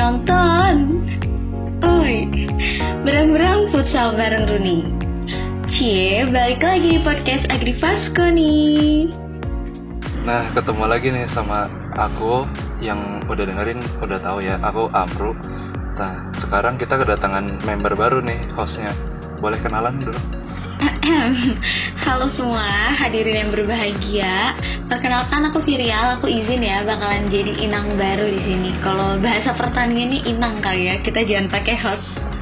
nonton. Oi, berang-berang futsal bareng Runi. Cie, balik lagi di podcast Agrifasco nih. Nah, ketemu lagi nih sama aku yang udah dengerin, udah tahu ya, aku Amru. Nah, sekarang kita kedatangan member baru nih, hostnya. Boleh kenalan dulu? Halo semua, hadirin yang berbahagia. Perkenalkan aku Virial, aku izin ya bakalan jadi inang baru di sini. Kalau bahasa pertanian ini inang kali ya, kita jangan pakai host.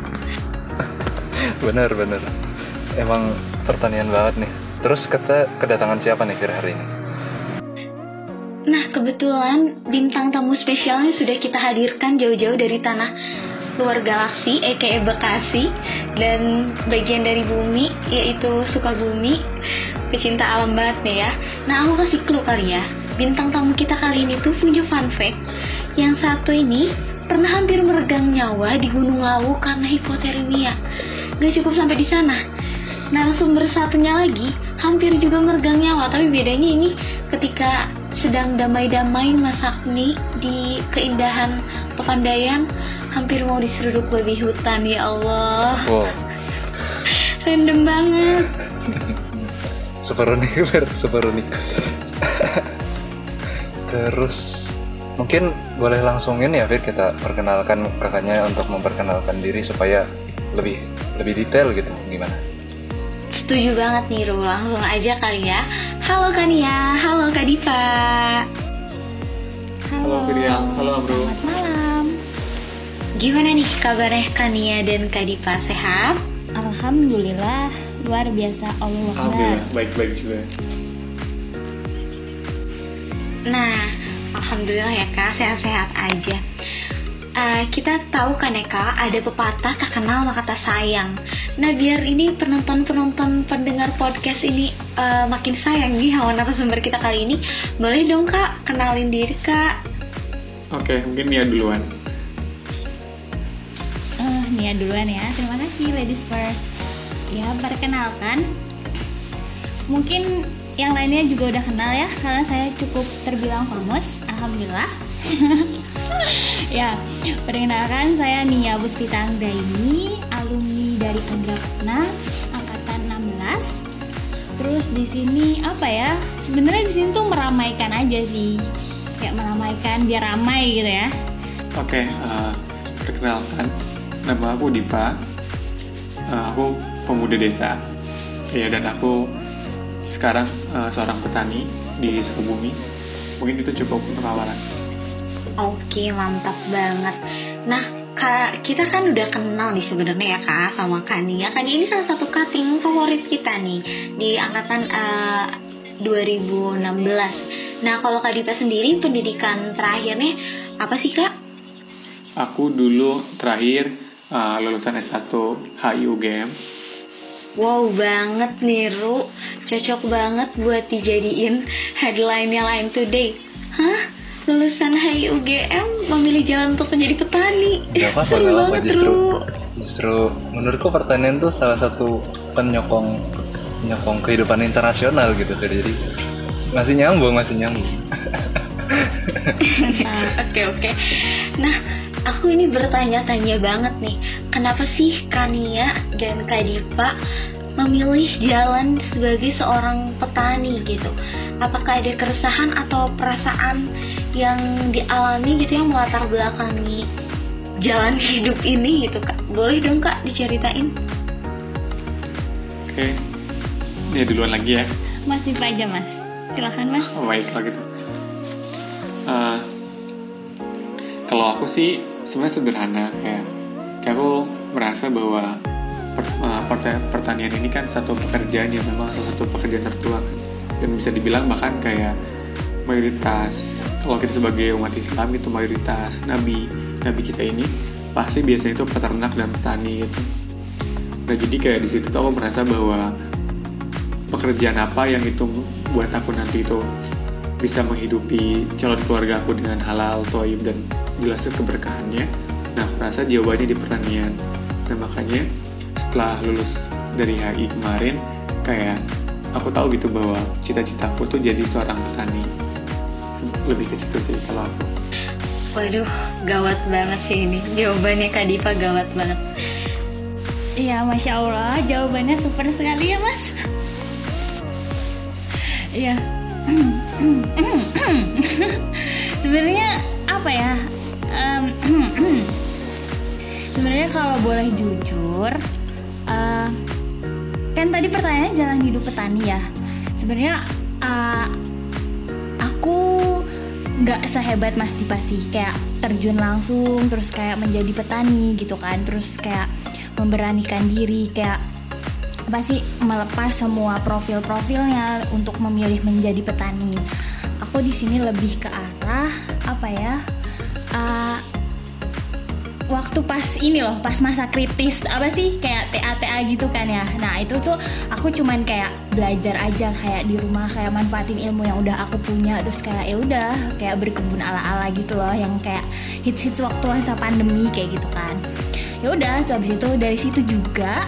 Bener. Emang pertanian banget nih. Terus kita kedatangan siapa nih Fir hari ini? Nah, kebetulan bintang tamu spesialnya sudah kita hadirkan jauh-jauh dari tanah luar galaksi, aka Bekasi, dan bagian dari bumi, yaitu Sukabumi. Pecinta alam banget nih ya. Nah, aku kasih clue kali ya. Bintang tamu kita kali ini tuh punya fun fact. Yang satu ini pernah hampir meregang nyawa di Gunung Lawu karena hipotermia. Gak cukup sampai di sana. Narasumber satunya lagi hampir juga meregang nyawa, tapi bedanya ini ketika sedang damai-damai masak mie di keindahan Pepandayan, hampir mau diseruduk babi hutan. Ya Allah. Wow. Random banget. Super unik. Terus mungkin boleh langsungin ya Fir, kita perkenalkan kakaknya untuk memperkenalkan diri supaya lebih detail gitu. Gimana? Setuju banget nih Ru, langsung aja kali ya. Halo Kania, halo Kak Diva. Halo Virial, halo Bro. Selamat malam. Gimana nih kabarnya Kania dan Kak Diva, sehat? Alhamdulillah, luar biasa, Allah Akbar. Alhamdulillah, baik-baik juga. Nah, alhamdulillah ya Kak, sehat-sehat aja. Kita tahu kan ya Kak, ada pepatah tak kenal maka tak sayang. Nah, biar ini penonton pendengar podcast ini makin sayang nih sama narasumber kita kali ini, boleh dong Kak kenalin diri Kak. Oke, mungkin Nia duluan. Nia duluan ya, terima kasih ladies first. Ya, perkenalkan, mungkin yang lainnya juga udah kenal ya, karena saya cukup terbilang famous, alhamdulillah. Ya, perkenalkan saya Nia Puspita Anggraini, alumni dari Agrapna angkatan 16. Terus di sini apa ya? Sebenarnya di sini tuh meramaikan aja sih. Kayak meramaikan biar ramai gitu ya. Oke, perkenalkan, nama aku Dipa. Aku pemuda desa. Ya, dan aku sekarang seorang petani di Sukabumi. Mungkin itu cukup perkenalan. Oke, mantap banget. Nah, Kak, kita kan udah kenal nih sebenarnya ya Kak sama Kania. Kania ini salah satu cutting favorit kita nih di angkatan 2016. Nah, kalau Kak Dita sendiri pendidikan terakhirnya apa sih Kak? Aku dulu terakhir lulusan S1 HIUGM. Wow banget nih Ru, cocok banget buat dijadiin headline-nya Line Today. Hah? Lulusan HIUGM memilih jalan untuk menjadi petani. Gak apa-apa, justru menurutku pertanian tuh salah satu penyokong kehidupan internasional gitu. Jadi masih nyambung. Oke. Nah, aku ini bertanya-tanya banget nih, kenapa sih Kania dan Kak Dipa memilih jalan sebagai seorang petani gitu? Apakah ada keresahan atau perasaan yang dialami gitu yang melatar belakangi jalan hidup ini gitu Kak? Boleh dong Kak diceritain? Oke, Nia duluan lagi ya. Mas Dipa aja Mas, silakan Mas. Oh, baik kalau gitu. Kalau aku sih sebenarnya sederhana, kayak aku merasa bahwa pertanian ini kan satu pekerjaan yang memang salah satu pekerjaan tertua kan. Dan bisa dibilang bahkan kayak mayoritas, kalau kita sebagai umat Islam itu mayoritas nabi kita ini pasti biasanya itu peternak dan petani gitu. Nah, jadi kayak di situ tuh aku merasa bahwa pekerjaan apa yang itu buat aku nanti itu bisa menghidupi calon keluarga aku dengan halal, thayyib, dan jelas keberkahannya. Nah, aku rasa jawabannya di pertanian. Nah, makanya setelah lulus dari HI kemarin, kayak aku tahu gitu bahwa cita-citaku tuh jadi seorang petani. Lebih ke situ sih kalau aku. Waduh, gawat banget sih ini. Jawabannya Kak Diva gawat banget. Iya, Masya Allah, jawabannya super sekali ya Mas. Iya. Sebenarnya apa ya? Sebenarnya kalau boleh jujur, kan tadi pertanyaannya jalan hidup petani ya. Sebenarnya aku nggak sehebat Mas Dipa sih, kayak terjun langsung terus kayak menjadi petani gitu kan, terus kayak memberanikan diri kayak apa sih, melepas semua profilnya untuk memilih menjadi petani. Aku di sini lebih ke arah apa ya, waktu pas ini loh, pas masa kritis apa sih, kayak TA gitu kan ya. Nah itu tuh aku cuman kayak belajar aja kayak di rumah, kayak manfaatin ilmu yang udah aku punya, terus kayak ya udah kayak berkebun ala-ala gitu loh, yang kayak hits waktu masa pandemi kayak gitu kan. Ya udah, habis itu dari situ juga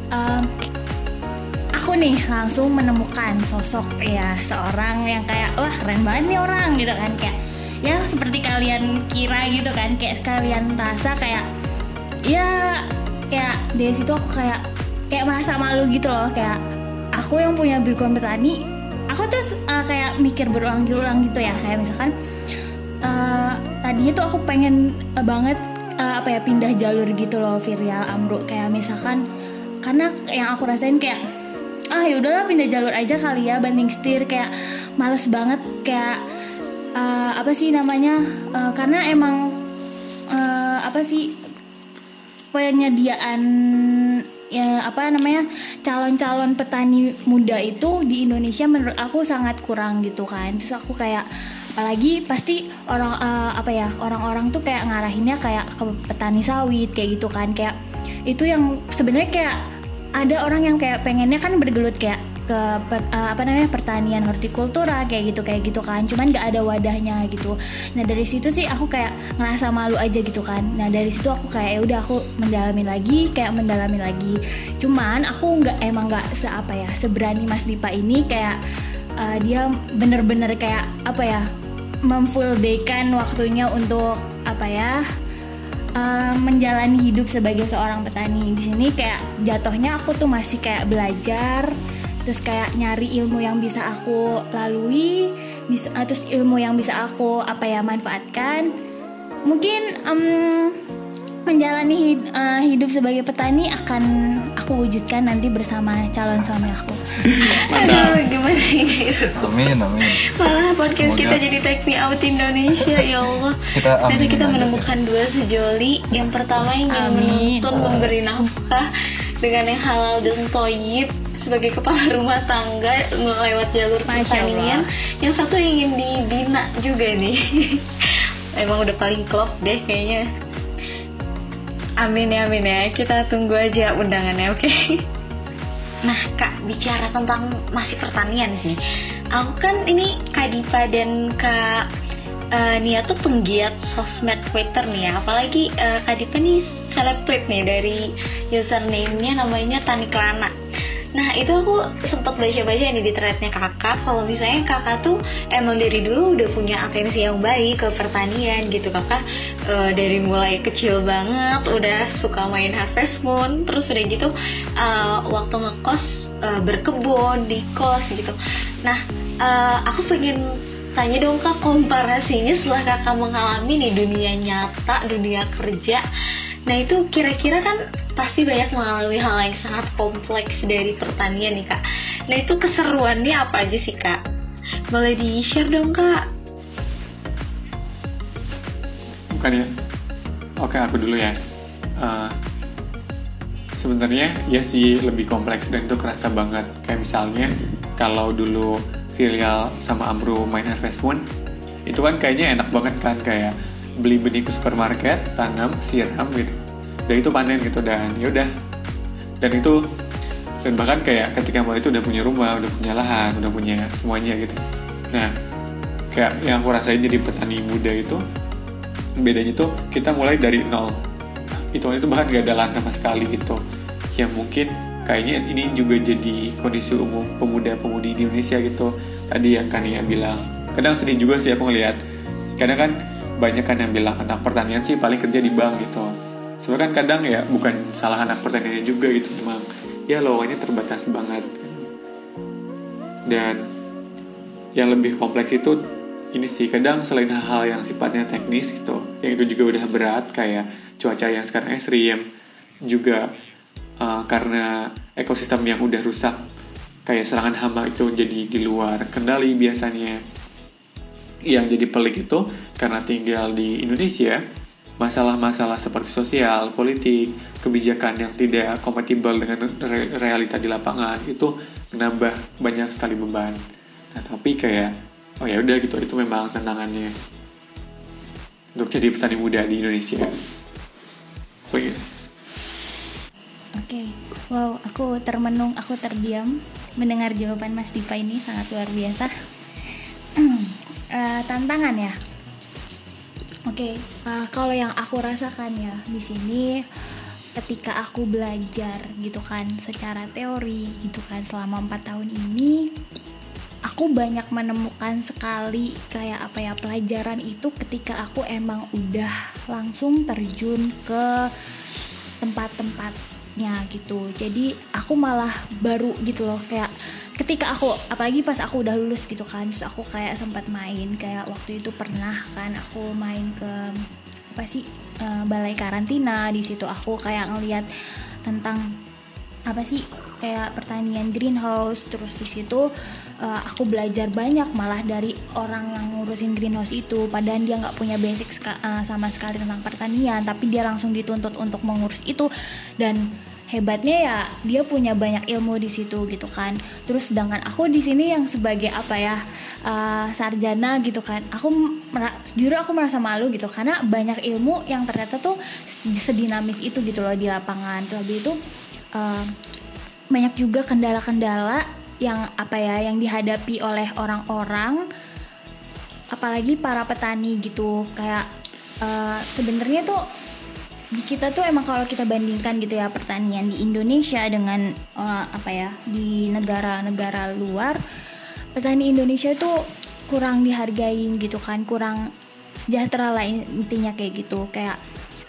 aku nih langsung menemukan sosok ya seorang yang kayak wah keren banget nih orang gitu kan, kayak ya seperti kalian kira gitu kan, kayak kalian rasa kayak ya kayak dari situ aku kayak merasa malu gitu loh, kayak aku yang punya background petani. Aku terus kayak mikir berulang gitu ya, kayak misalkan tadinya tuh aku pengen banget pindah jalur gitu loh, Viryal, Amru, kayak misalkan karena yang aku rasain kayak ya udahlah pindah jalur aja kali ya, banding setir, kayak males banget kayak karena emang penyediaan calon-calon petani muda itu di Indonesia menurut aku sangat kurang gitu kan. Terus aku kayak apalagi pasti orang-orang tuh kayak ngarahinnya kayak ke petani sawit kayak gitu kan, kayak itu yang sebenarnya kayak ada orang yang kayak pengennya kan bergelut kayak ke pertanian hortikultura kayak gitu kan, cuman nggak ada wadahnya gitu. Nah dari situ sih aku kayak ngerasa malu aja gitu kan. Nah dari situ aku kayak ya udah aku mendalami lagi. Cuman aku nggak seberani Mas Dipa ini, kayak dia bener-bener kayak memfull day-kan waktunya untuk menjalani hidup sebagai seorang petani. Di sini kayak jatuhnya aku tuh masih kayak belajar, terus kayak nyari ilmu yang bisa aku lalui, terus ilmu yang bisa aku manfaatkan. Mungkin menjalani hidup sebagai petani akan aku wujudkan nanti bersama calon suami aku. Aduh, gimana ini? Amin. Malah podcast kita jadi take me out Indonesia, ya Allah. Nanti kita menemukan dua sejoli. Yang pertama yang menuntun memberi nafkah dengan yang halal dan thayyib sebagai kepala rumah tangga lewat jalur pertanian. Yang satu yang ingin dibina juga nih. Emang udah paling klop deh kayaknya. Amin ya, kita tunggu aja undangannya, oke? Nah Kak, bicara tentang masih pertanian sih, aku kan ini Kak Dipa dan Kak Nia tuh penggiat sosmed Twitter nih ya. Apalagi Kak Dipa nih seleb tweet nih, dari username-nya namanya Taniklana. Nah itu aku sempat baca-baca nih di threadnya kakak, kalau misalnya kakak tuh emang dari dulu udah punya atensi yang baik ke pertanian gitu. Kakak dari mulai kecil banget udah suka main Harvest Moon, terus udah gitu waktu ngekos berkebun di kos gitu. Nah aku pengen tanya dong Kak, komparasinya setelah kakak mengalami nih dunia nyata, dunia kerja. Nah itu kira-kira kan pasti banyak mengalami hal yang sangat kompleks dari pertanian nih Kak. Nah itu keseruannya apa aja sih Kak? Boleh di-share dong Kak? Bukan ya? Oke, aku dulu ya. Sebenarnya ya sih lebih kompleks dan itu kerasa banget. Kayak misalnya kalau dulu Viryal sama Amru main Harvest Moon, itu kan kayaknya enak banget kan, kayak beli benih ke supermarket, tanam, siram gitu, dan itu panen gitu, dan yaudah. Dan bahkan kayak ketika mulai itu udah punya rumah, udah punya lahan, udah punya semuanya gitu. Nah kayak yang aku rasain jadi petani muda itu bedanya tuh kita mulai dari nol. Itu bahkan gak ada lahan sama sekali gitu. Yang mungkin kayaknya ini juga jadi kondisi umum pemuda-pemudi di Indonesia gitu. Tadi yang Kania bilang, kadang sedih juga sih aku ngelihat. Kadang kan banyak kan yang bilang anak pertanian sih paling kerja di bank gitu. Sebenarnya kan kadang ya bukan salah anak pertaniannya juga gitu, memang ya lowongannya terbatas banget. Dan yang lebih kompleks itu ini sih, kadang selain hal-hal yang sifatnya teknis gitu, yang itu juga udah berat kayak cuaca yang sekarang ekstrim, juga karena ekosistem yang udah rusak, kayak serangan hama itu jadi di luar kendali biasanya. Yang jadi pelik itu karena tinggal di Indonesia, masalah-masalah seperti sosial, politik, kebijakan yang tidak kompatibel dengan realita di lapangan itu menambah banyak sekali beban. Nah, tapi kayak oh ya udah gitu, itu memang tantangannya untuk jadi petani muda di Indonesia. Oh iya. Oke, wow, aku termenung, aku terdiam mendengar jawaban Mas Dipa ini, sangat luar biasa. Tantangan ya. Oke, kalau yang aku rasakan ya di sini, ketika aku belajar gitu kan secara teori gitu kan selama 4 tahun ini, aku banyak menemukan sekali kayak apa ya, pelajaran itu ketika aku emang udah langsung terjun ke tempat-tempatnya gitu. Jadi aku malah baru gitu loh, kayak ketika aku, apalagi pas aku udah lulus gitu kan, terus aku kayak sempat main, kayak waktu itu pernah kan aku main ke apa sih, balai karantina. Di situ aku kayak ngelihat tentang apa sih, kayak pertanian greenhouse. Terus di situ aku belajar banyak malah dari orang yang ngurusin greenhouse itu, padahal dia nggak punya basic sama sekali tentang pertanian, tapi dia langsung dituntut untuk mengurus itu. Dan hebatnya ya dia punya banyak ilmu di situ gitu kan. Terus sedangkan aku di sini yang sebagai apa ya, sarjana gitu kan, jujur aku merasa malu gitu karena banyak ilmu yang ternyata tuh sedinamis itu gitu loh di lapangan. Terus habis itu banyak juga kendala-kendala yang apa ya, yang dihadapi oleh orang-orang, apalagi para petani gitu. Kayak sebenarnya tuh di kita tuh emang kalau kita bandingkan gitu ya pertanian di Indonesia dengan apa ya, di negara-negara luar, petani Indonesia tuh kurang dihargain gitu kan, kurang sejahtera lah intinya kayak gitu. Kayak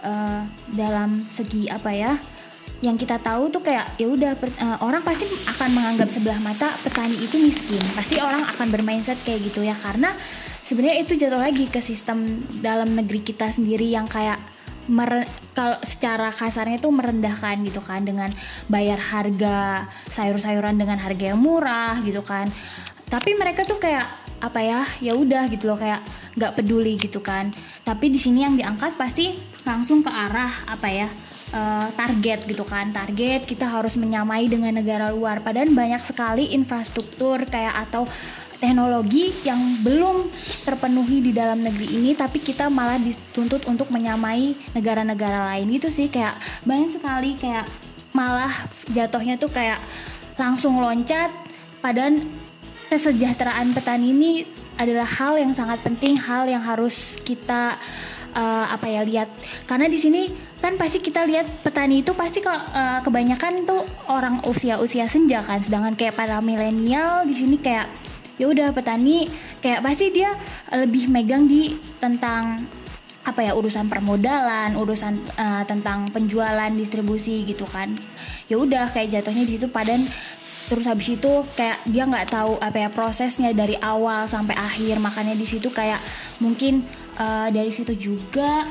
dalam segi apa ya, yang kita tahu tuh kayak ya udah orang pasti akan menganggap sebelah mata petani itu miskin. Pasti orang akan bermindset kayak gitu ya, karena sebenarnya itu jatuh lagi ke sistem dalam negeri kita sendiri yang kayak kalau secara kasarnya tuh merendahkan gitu kan, dengan bayar harga sayur-sayuran dengan harga yang murah gitu kan. Tapi mereka tuh kayak apa ya udah gitu loh, kayak nggak peduli gitu kan. Tapi di sini yang diangkat pasti langsung ke arah apa ya, target gitu kan. Target kita harus menyamai dengan negara luar, padahal banyak sekali infrastruktur kayak atau teknologi yang belum terpenuhi di dalam negeri ini, tapi kita malah dituntut untuk menyamai negara-negara lain gitu sih. Kayak banyak sekali, kayak malah jatuhnya tuh kayak langsung loncat, padahal kesejahteraan petani ini adalah hal yang sangat penting, hal yang harus kita lihat. Karena di sini kan pasti kita lihat petani itu pasti kebanyakan tuh orang usia senja kan, sedangkan kayak para milenial di sini kayak ya udah petani kayak pasti dia lebih megang di tentang apa ya, urusan permodalan, urusan tentang penjualan, distribusi gitu kan. Ya udah kayak jatuhnya di situ padan. Terus habis itu kayak dia nggak tahu apa ya prosesnya dari awal sampai akhir. Makanya di situ kayak mungkin dari situ juga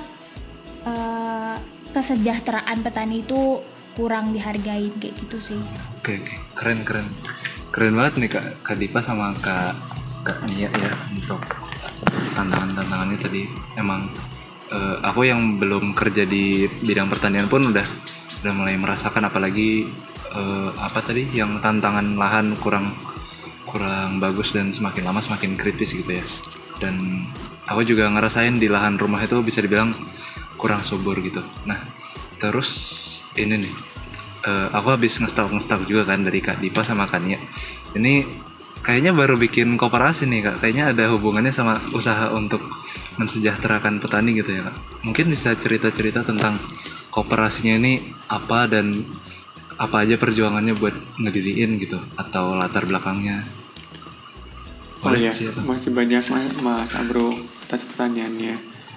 kesejahteraan petani itu kurang dihargain kayak gitu sih. Oke, keren banget nih Kak Dipa sama Kak Nia ya untuk tantangannya tadi. Emang aku yang belum kerja di bidang pertanian pun udah mulai merasakan, apalagi apa tadi yang tantangan lahan kurang bagus dan semakin lama semakin kritis gitu ya. Dan aku juga ngerasain di lahan rumah itu bisa dibilang kurang subur gitu. Nah terus ini nih, aku habis ngestalk juga kan dari Kak Dipa sama Kak Nia. Ini kayaknya baru bikin koperasi nih Kak. Kayaknya ada hubungannya sama usaha untuk mensejahterakan petani gitu ya Kak. Mungkin bisa cerita-cerita tentang koperasinya ini apa, dan apa aja perjuangannya buat ngediriin gitu, atau latar belakangnya. Boleh, masih banyak Mas Amro atas pertanyaannya.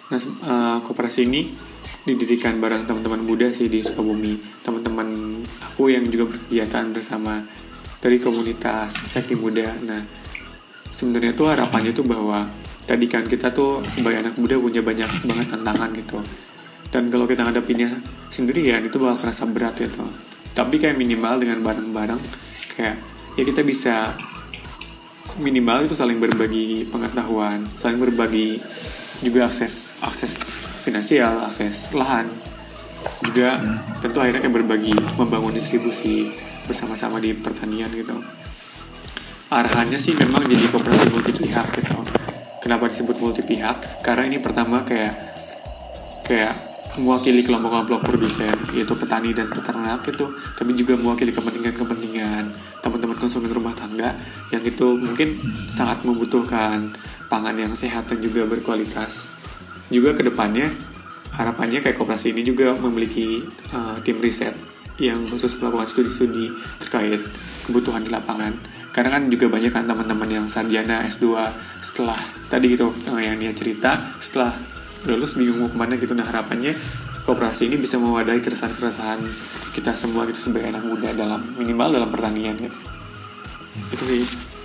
Nah, koperasi ini didirikan bareng teman-teman muda sih di Sukabumi. Teman-teman aku yang juga berkegiatan bersama dari komunitas Sekti Muda. Nah, sebenarnya tuh harapannya tuh bahwa tadi kan kita tuh sebagai anak muda punya banyak banget tantangan gitu. Dan kalau kita ngadepinnya sendirian itu bakal kerasa berat gitu. Tapi kayak minimal dengan bareng-bareng kayak ya kita bisa minimal itu saling berbagi pengetahuan, saling berbagi juga akses finansial, akses lahan, juga tentu akhirnya kayak berbagi membangun distribusi bersama-sama di pertanian gitu. Arahannya sih memang jadi koperasi multi pihak gitu. Kenapa disebut multi pihak? Karena ini pertama kayak mewakili kelompok-kelompok produsen, yaitu petani dan peternak gitu, tapi juga mewakili kepentingan teman-teman konsumen rumah tangga yang itu mungkin sangat membutuhkan pangan yang sehat dan juga berkualitas. Juga kedepannya harapannya kayak koperasi ini juga memiliki tim riset yang khusus melakukan studi-studi terkait kebutuhan di lapangan. Karena kan juga banyak kan teman-teman yang sarjana S2 setelah tadi gitu yang dia cerita setelah lulus bingung mau kemana gitu. Nah harapannya koperasi ini bisa mewadahi keresahan-keresahan kita semua gitu sebagai anak muda dalam minimal dalam pertanian gitu. Itu sih.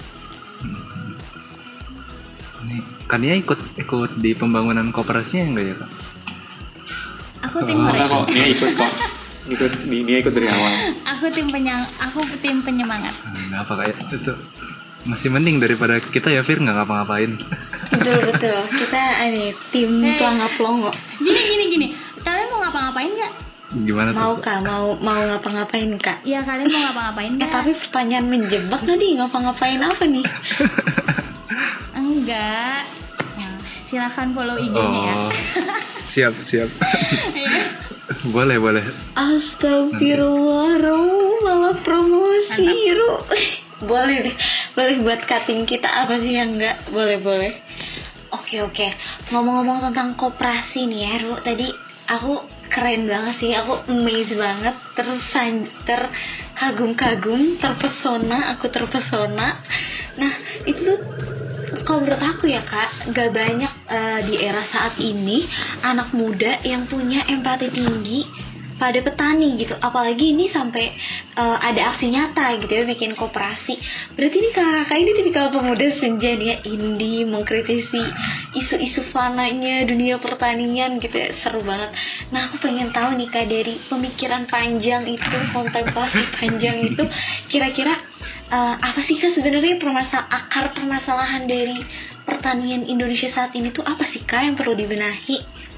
Nih, Kania ikut di pembangunan koperasinya enggak ya Kak? Aku tim mereka. Kok Nia ikut kok. Nia ikut dari awal. Aku tim penyemangat. Enggak apa kayak itu. Masih mending daripada kita ya Fir nggak ngapa-ngapain. Betul. Kita tim pelangap-pelongo. Gini. Kalian mau ngapa-ngapain nggak? Gimana tuh? Mau Kak, mau ngapa-ngapain Kak? Iya, kalian mau ngapa-ngapain nggak? Tapi pertanyaan menjebak tadi, ngapa-ngapain apa nih? Enggak. Ya, silakan follow IG-nya ya. Siap. Boleh. Astagfirullah, malah promosi, Ru. Boleh deh, boleh buat cutting kita apa sih yang enggak? Boleh. Oke. Ngomong-ngomong tentang koperasi nih ya, Ru. Tadi aku keren banget sih, aku amazed banget, terkagum-kagum, aku terpesona. Nah, itu tuh kalau menurut aku ya Kak, gak banyak di era saat ini anak muda yang punya empati tinggi pada petani gitu. Apalagi ini sampai ada aksi nyata gitu ya, bikin koperasi. Berarti ini kakak ini tipikal pemuda senja nih ya, indie, mengkritisi isu-isu fananya dunia pertanian gitu ya, seru banget. Nah aku pengen tahu nih Kak, dari pemikiran panjang itu, kontemplasi panjang itu, kira-kira apa sih Kak sebenarnya akar permasalahan dari pertanian Indonesia saat ini tuh apa sih Kak yang perlu dibenahi?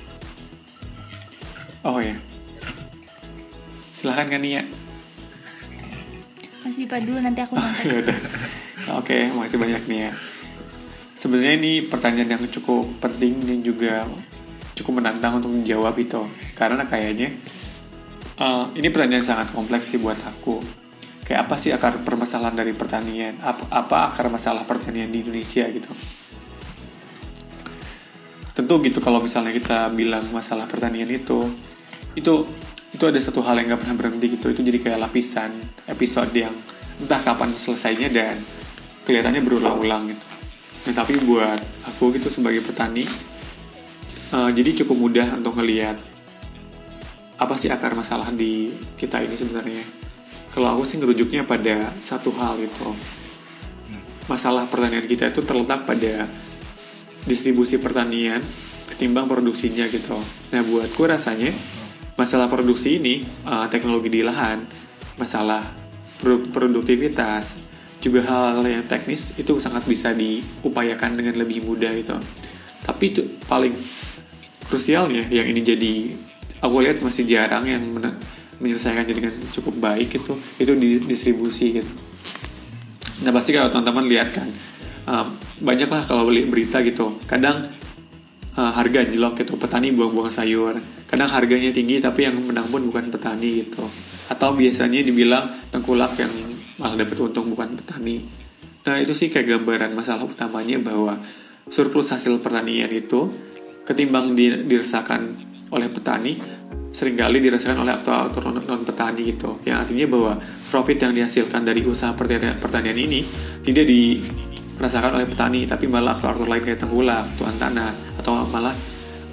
Oh ya, silahkan kan Nia. Mas Dipa dulu, nanti aku nonton. Yaudah. Oke, makasih banyak Nia. Sebenarnya ini pertanyaan yang cukup penting dan juga cukup menantang untuk menjawab itu, karena kayaknya ini pertanyaan sangat kompleks sih buat aku. Kayak apa sih akar permasalahan dari pertanian? Apa akar masalah pertanian di Indonesia gitu? Tentu gitu, kalau misalnya kita bilang masalah pertanian itu ada satu hal yang nggak pernah berhenti gitu. Itu jadi kayak lapisan episode yang entah kapan selesainya dan kelihatannya berulang-ulang gitu. Nah tapi buat aku gitu sebagai petani, jadi cukup mudah untuk ngelihat apa sih akar masalah di kita ini sebenarnya. Kalau aku sih ngerujuknya pada satu hal gitu. Masalah pertanian kita itu terletak pada distribusi pertanian ketimbang produksinya gitu. Nah buatku rasanya masalah produksi ini, teknologi di lahan, masalah produktivitas, juga hal-hal yang teknis itu sangat bisa diupayakan dengan lebih mudah gitu. Tapi itu paling krusialnya yang ini jadi aku lihat masih jarang yang menyelesaikan dengan cukup baik itu di distribusi gitu. Nah pasti kalau teman-teman lihat kan, banyak lah kalau beli berita gitu, kadang harga anjlok gitu, petani buang-buang sayur, kadang harganya tinggi tapi yang menang pun bukan petani gitu, atau biasanya dibilang tengkulak yang malah dapat untung bukan petani. Nah itu sih kayak gambaran masalah utamanya, bahwa surplus hasil pertanian itu ketimbang dirasakan oleh petani, seringkali dirasakan oleh aktor-aktor non-petani gitu, yang artinya bahwa profit yang dihasilkan dari usaha pertanian ini tidak dirasakan oleh petani, tapi malah aktor-aktor lain kayak tengkulak, tuan tanah, atau malah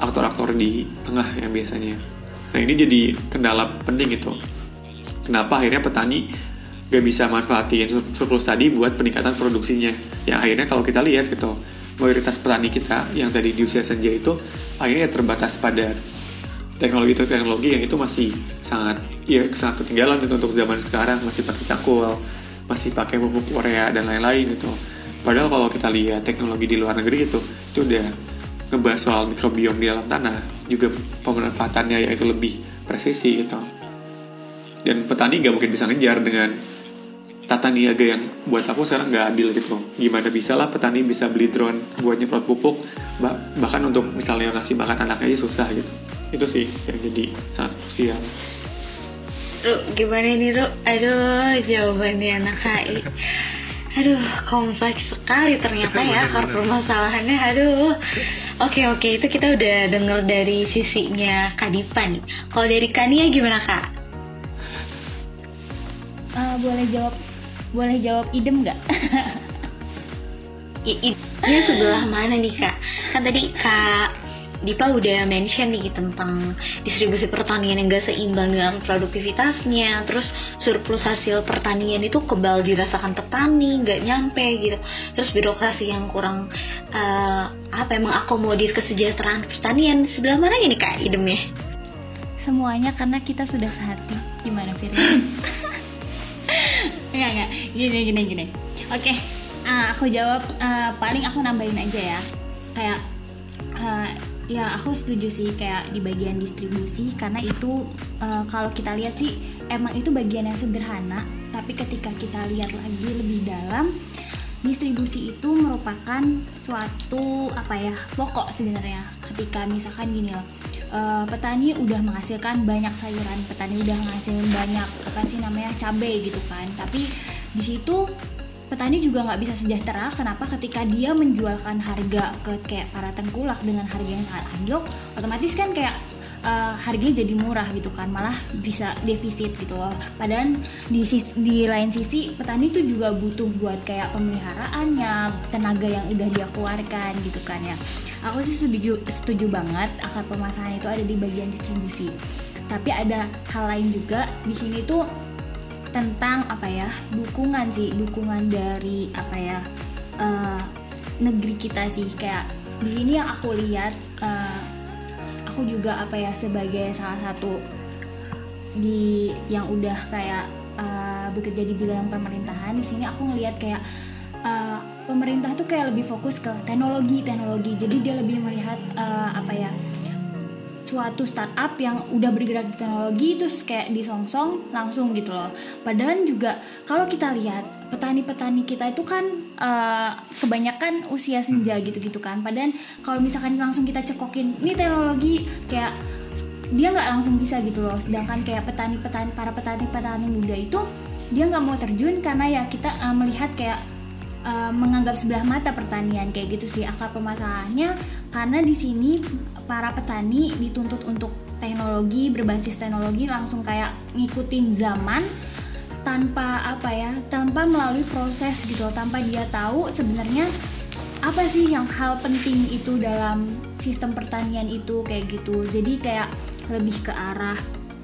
aktor-aktor di tengah yang biasanya. Nah ini jadi kendala penting gitu. Kenapa akhirnya petani gak bisa manfaatin surplus tadi buat peningkatan produksinya. Yang akhirnya kalau kita lihat gitu, mayoritas petani kita yang tadi di usia senja itu akhirnya terbatas pada teknologi yang itu masih sangat ketinggalan gitu untuk zaman sekarang, masih pakai cangkul, masih pakai pupuk urea dan lain-lain gitu. Padahal kalau kita lihat teknologi di luar negeri itu udah ngebahas soal mikrobiom di dalam tanah, juga pemanfaatannya yaitu lebih presisi gitu. Dan petani gak mungkin bisa ngejar dengan tata niaga yang buat aku sekarang gak adil gitu. Gimana bisa lah petani bisa beli drone buat nyemprot pupuk, bahkan untuk misalnya ngasih makan anaknya aja susah gitu. Itu sih yang jadi sangat krusial. Ru, gimana nih Ru? Aduh, jawabannya anak HI. Aduh, kompleks sekali ternyata ya akar permasalahannya. Aduh. Oke, itu kita udah denger dari sisinya Kak Dipa nih. Kalau dari Kania gimana Kak? Boleh jawab idem nggak? Ini sebelah mana nih Kak? Kan tadi Kak Dipa udah mention nih tentang distribusi pertanian yang gak seimbang dengan produktivitasnya, terus surplus hasil pertanian itu kebal dirasakan petani, gak nyampe gitu, terus birokrasi yang kurang mengakomodir kesejahteraan pertanian. Sebelah mana nih Kak idemnya? Semuanya karena kita sudah sehati. Gimana Firman? Enggak, gini. Oke, aku jawab, paling aku nambahin aja ya. Kayak ya aku setuju sih kayak di bagian distribusi, karena itu kalau kita lihat sih emang itu bagian yang sederhana, tapi ketika kita lihat lagi lebih dalam, distribusi itu merupakan suatu pokok sebenarnya. Ketika misalkan gini loh, petani udah menghasilkan banyak sayuran, petani udah menghasilkan banyak cabai gitu kan, tapi di situ petani juga nggak bisa sejahtera. Kenapa? Ketika dia menjualkan harga ke kayak para tengkulak dengan harga yang sangat anjlok, otomatis kan kayak harganya jadi murah gitu kan, malah bisa defisit gitu loh. Padahal di lain sisi petani itu juga butuh buat kayak pemeliharaannya, tenaga yang udah dia keluarkan gitu kan ya. Aku sih setuju banget akar permasalahan itu ada di bagian distribusi. Tapi ada hal lain juga di sini tuh tentang dukungan dari negeri kita sih. Kayak di sini yang aku lihat, aku juga sebagai salah satu yang udah kayak bekerja di bidang pemerintahan, di sini aku ngelihat kayak pemerintah tuh kayak lebih fokus ke teknologi. Jadi dia lebih melihat suatu startup yang udah bergerak di teknologi terus kayak disongsong langsung gitu loh. Padahal juga kalau kita lihat petani-petani kita itu kan kebanyakan usia senja gitu kan. Padahal kalau misalkan langsung kita cekokin ini teknologi, kayak dia nggak langsung bisa gitu loh. Sedangkan kayak para petani muda itu dia nggak mau terjun karena ya kita melihat kayak menganggap sebelah mata pertanian kayak gitu sih akar permasalahannya. Karena di sini para petani dituntut untuk berbasis teknologi, langsung kayak ngikutin zaman tanpa melalui proses gitu, tanpa dia tahu sebenarnya apa sih yang hal penting itu dalam sistem pertanian itu kayak gitu. Jadi kayak lebih ke arah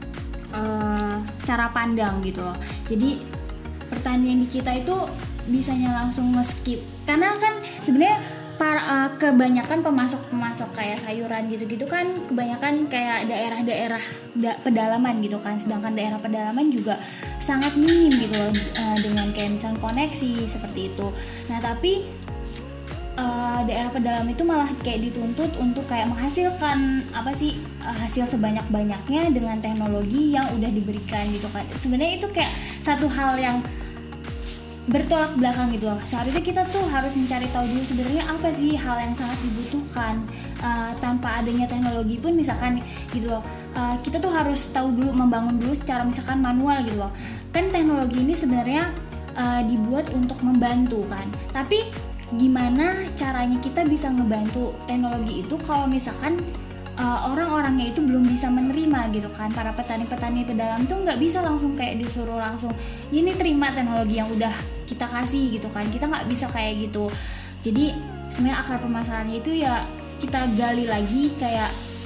cara pandang gitu loh. Jadi pertanian di kita itu bisanya langsung nge-skip, karena kan sebenarnya kebanyakan pemasok kayak sayuran gitu-gitu kan kebanyakan kayak daerah-daerah pedalaman gitu kan, sedangkan daerah pedalaman juga sangat minim gitu loh, dengan kayak misalnya koneksi seperti itu. Nah tapi daerah pedalaman itu malah kayak dituntut untuk kayak menghasilkan hasil sebanyak-banyaknya dengan teknologi yang udah diberikan gitu kan. Sebenarnya itu kayak satu hal yang bertolak belakang gitu loh. Seharusnya kita tuh harus mencari tahu dulu sebenarnya apa sih hal yang sangat dibutuhkan. Tanpa adanya teknologi pun misalkan gitu loh, kita tuh harus tahu dulu, membangun dulu secara misalkan manual gitu loh. Kan teknologi ini sebenarnya dibuat untuk membantu kan, tapi gimana caranya kita bisa ngebantu teknologi itu kalau misalkan orang-orangnya itu belum bisa menerima gitu kan. Para petani-petani pedalam tuh nggak bisa langsung kayak disuruh langsung ini terima teknologi yang udah kita kasih gitu kan, kita nggak bisa kayak gitu. Jadi sebenarnya akar permasalahannya itu ya kita gali lagi kayak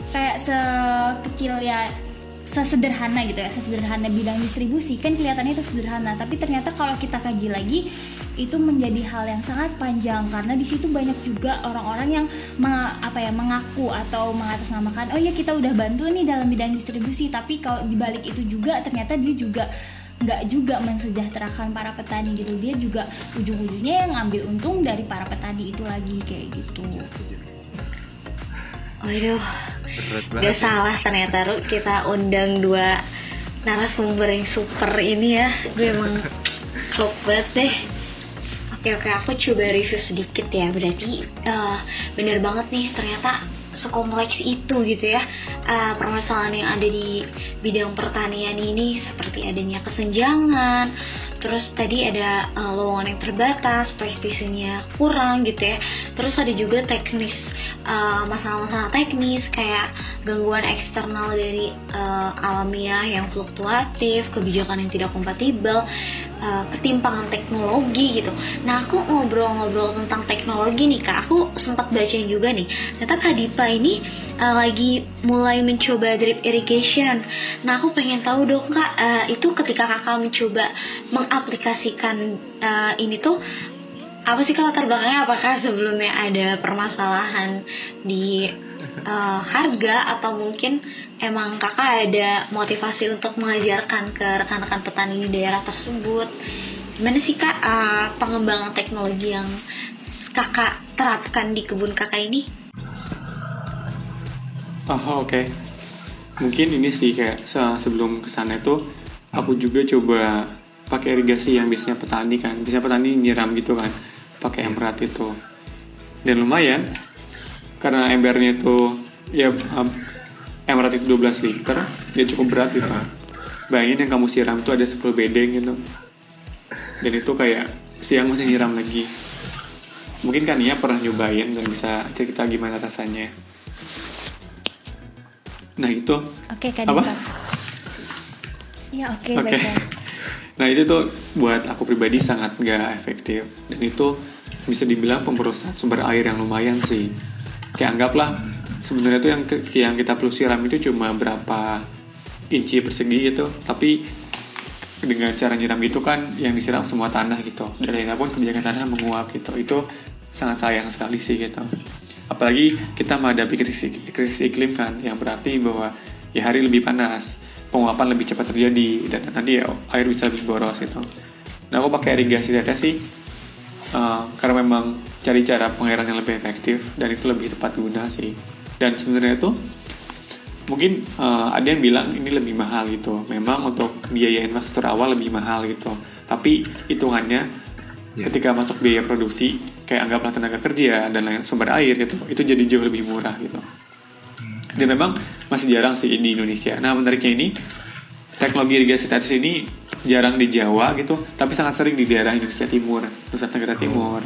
kayak sekecil ya, sesederhana gitu ya, sesederhana bidang distribusi kan kelihatannya itu sederhana, tapi ternyata kalau kita kaji lagi itu menjadi hal yang sangat panjang, karena di situ banyak juga orang-orang yang mengaku atau mengatasnamakan, oh ya kita udah bantu nih dalam bidang distribusi, tapi kalau dibalik itu juga ternyata dia juga nggak juga mensejahterakan para petani gitu, dia juga ujung-ujungnya yang ngambil untung dari para petani itu lagi kayak gitu. Waduh, gak salah ternyata Ru, kita undang 2 narasumber yang super ini ya. Gue emang klop banget deh. Oke, aku coba review sedikit ya. Berarti bener banget nih, ternyata sekompleks itu gitu ya permasalahan yang ada di bidang pertanian ini, seperti adanya kesenjangan, terus tadi ada lowongan yang terbatas, prestisenya kurang gitu ya, terus ada juga teknis, masalah-masalah teknis kayak gangguan eksternal dari alamiah yang fluktuatif, kebijakan yang tidak kompatibel, ketimpangan teknologi gitu. Nah, aku ngobrol-ngobrol tentang teknologi nih Kak, aku sempat bacain juga nih, ternyata Kak Dipa ini lagi mulai mencoba drip irrigation. Nah, aku pengen tahu dong Kak, itu ketika Kakak mencoba mengaplikasikan ini tuh apa sih Kak latar belakangnya? Apakah sebelumnya ada permasalahan di harga, atau mungkin emang Kakak ada motivasi untuk mengajarkan ke rekan-rekan petani di daerah tersebut? Gimana sih Kak pengembangan teknologi yang Kakak terapkan di kebun Kakak ini? Oke. Mungkin ini sih kayak sebelum kesana itu aku juga coba pakai irigasi yang biasanya petani kan. Biasanya petani nyiram gitu kan, pakai emperat itu. Dan lumayan, karena embernya itu ya emperat itu 12 liter, dia cukup berat gitu. Bayangin yang kamu siram itu ada 10 bedeng gitu. Dan itu kayak siang masih nyiram lagi. Mungkin kan Nia pernah nyobain dan bisa cerita gimana rasanya. Nah itu Oke, Kak apa? Dipa. Ya oke. Baiklah. Nah itu tuh buat aku pribadi sangat gak efektif, dan itu bisa dibilang pemrosesan sumber air yang lumayan sih. Kayak anggaplah sebenarnya tuh yang kita perlu siram itu cuma berapa inci persegi gitu, tapi dengan cara nyiram itu kan yang disiram semua tanah gitu, dan akhirnya pun kebijakan tanah menguap gitu. Itu sangat sayang sekali sih gitu. Apalagi kita menghadapi krisis iklim kan, yang berarti bahwa ya hari lebih panas, penguapan lebih cepat terjadi, dan nanti ya air bisa lebih boros gitu. Nah aku pakai irigasi tetes sih karena memang cari cara pengairan yang lebih efektif, dan itu lebih tepat guna sih. Dan sebenarnya itu mungkin ada yang bilang ini lebih mahal gitu. Memang untuk biaya infrastruktur awal lebih mahal gitu, tapi hitungannya ketika masuk biaya produksi, kayak anggaplah tenaga kerja dan lain sumber air gitu, itu jadi jauh lebih murah gitu. Dan memang masih jarang sih di Indonesia. Nah menariknya ini, teknologi irigasi tetes ini jarang di Jawa gitu, tapi sangat sering di daerah Indonesia Timur, Nusa Tenggara Timur.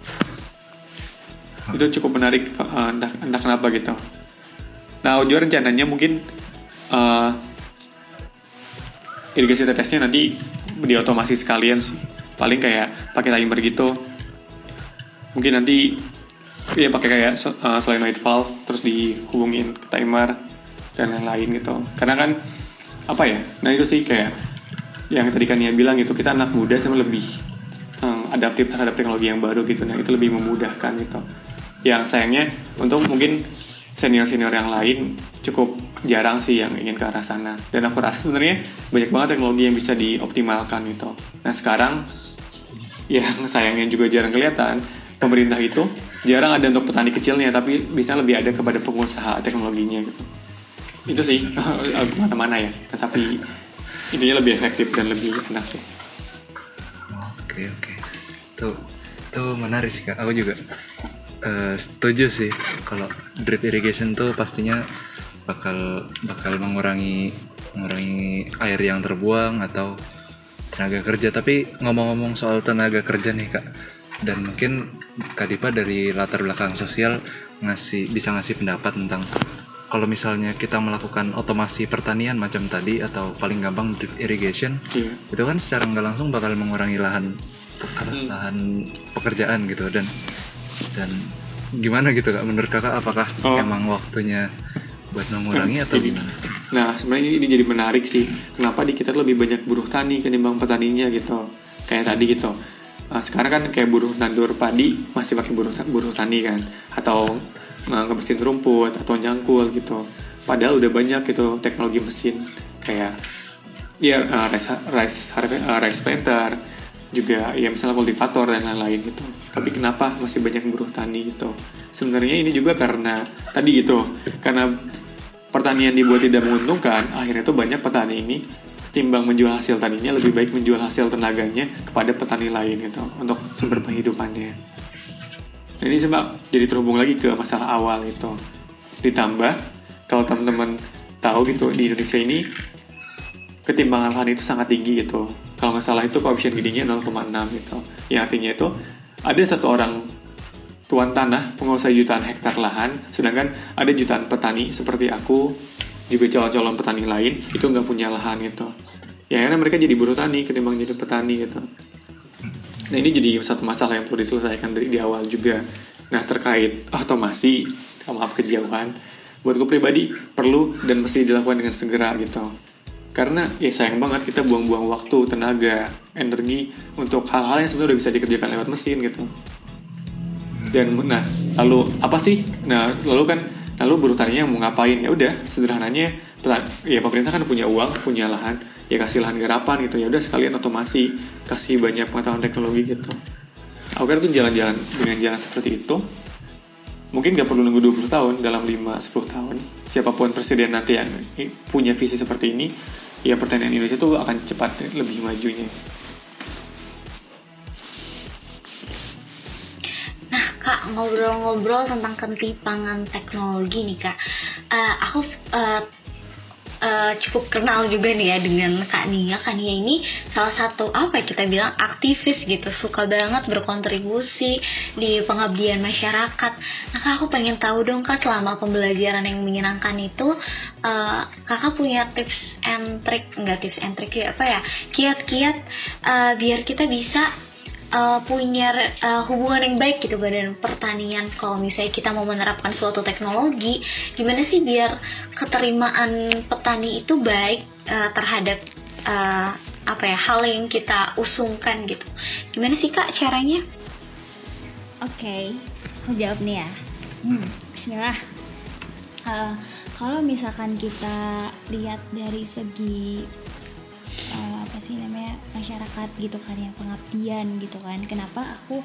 Itu cukup menarik, entah kenapa gitu. Nah juga rencananya mungkin irigasi tetesnya nanti diotomasi sekalian sih. Paling kayak pakai timer gitu. Mungkin nanti ya pakai kayak solenoid valve terus dihubungin ke timer dan lain-lain gitu. Karena kan apa ya? Nah itu sih kayak yang tadi kan Nia bilang gitu, kita anak muda sama lebih adaptif terhadap teknologi yang baru gitu. Nah itu lebih memudahkan gitu. Yang sayangnya untuk mungkin senior-senior yang lain cukup jarang sih yang ingin ke arah sana. Dan aku rasa sebenarnya banyak banget teknologi yang bisa dioptimalkan gitu. Nah sekarang yang sayangnya juga jarang kelihatan, pemerintah itu jarang ada untuk petani kecilnya, tapi bisa lebih ada kepada pengusaha teknologinya gitu. Itu sih mana-mana ya, tapi intinya lebih efektif dan lebih enak sih. Oke. Tuh menarik sih Kak. Aku juga setuju sih kalau drip irrigation tuh pastinya bakal mengurangi air yang terbuang atau tenaga kerja. Tapi ngomong-ngomong soal tenaga kerja nih Kak, dan mungkin Kak Dipa dari latar belakang sosial bisa ngasih pendapat tentang kalau misalnya kita melakukan otomasi pertanian macam tadi, atau paling gampang drip irrigation, itu kan secara nggak langsung bakal mengurangi lahan pekerjaan gitu. Dan gimana gitu Kak, menurut Kakak apakah emang waktunya buat mengurangi atau Jadi, gimana? nah sebenarnya ini jadi menarik sih. Kenapa di kita tuh lebih banyak buruh tani ketimbang petaninya gitu. Kayak tadi gitu. Sekarang kan kayak buruh nandur padi masih pakai buruh tani kan, atau ngebersihin rumput atau nyangkul gitu. Padahal udah banyak gitu teknologi mesin kayak ya rice planter, juga ya misalnya kultivator dan lain-lain gitu. Tapi kenapa masih banyak buruh tani gitu? Sebenarnya ini juga karena tadi gitu, karena pertanian dibuat tidak menguntungkan, akhirnya tuh banyak petani ini ketimbang menjual hasil taninya lebih baik menjual hasil tenaganya kepada petani lain gitu untuk sumber penghidupannya. Nah, ini sebab jadi terhubung lagi ke masalah awal gitu. Ditambah kalau teman-teman tahu gitu di Indonesia ini ketimbangan lahan itu sangat tinggi gitu. Kalau nggak salah itu koefisien Gininya 0,6 gitu. Yang artinya itu ada satu orang tuan tanah penguasai jutaan hektar lahan, sedangkan ada jutaan petani seperti aku, juga calon-calon petani lain itu nggak punya lahan gitu. Ya karena mereka jadi buruh tani ketimbang jadi petani gitu. Nah ini jadi satu masalah yang perlu diselesaikan dari di awal juga. Nah terkait otomasi, maaf kejauhan, buat gue pribadi perlu dan mesti dilakukan dengan segera gitu. Karena ya sayang banget kita buang-buang waktu, tenaga, energi untuk hal-hal yang sebenarnya udah bisa dikerjakan lewat mesin gitu. Dan nah lalu apa sih? Nah lalu buruh taninya mau ngapain? Ya udah sederhananya ya pemerintah kan punya uang, punya lahan, ya kasih lahan garapan gitu. Ya udah sekalian otomasi, kasih banyak pengetahuan teknologi gitu. Aku kira tuh jalan-jalan dengan jalan seperti itu mungkin gak perlu nunggu 20 tahun, dalam 5-10 tahun siapapun presiden nanti yang punya visi seperti ini, ya pertanian Indonesia tuh akan cepat lebih majunya. Nah Kak, ngobrol-ngobrol tentang ketimpangan teknologi nih Kak, aku cukup kenal juga nih ya dengan Kak Nia. Kak Nia ini salah satu kita bilang aktivis gitu, suka banget berkontribusi di pengabdian masyarakat. Nah Kak, aku pengen tahu dong Kak, selama pembelajaran yang menyenangkan itu Kakak punya tips and trick ya kiat-kiat biar kita bisa punya hubungan yang baik gitu dengan pertanian. Kalau misalnya kita mau menerapkan suatu teknologi, gimana sih biar keterimaan petani itu baik terhadap hal yang kita usungkan gitu. Gimana sih Kak caranya? Oke, aku jawab nih ya. Bismillah. Kalau misalkan kita lihat dari segi masyarakat gitu kan, yang pengabdian gitu kan, kenapa aku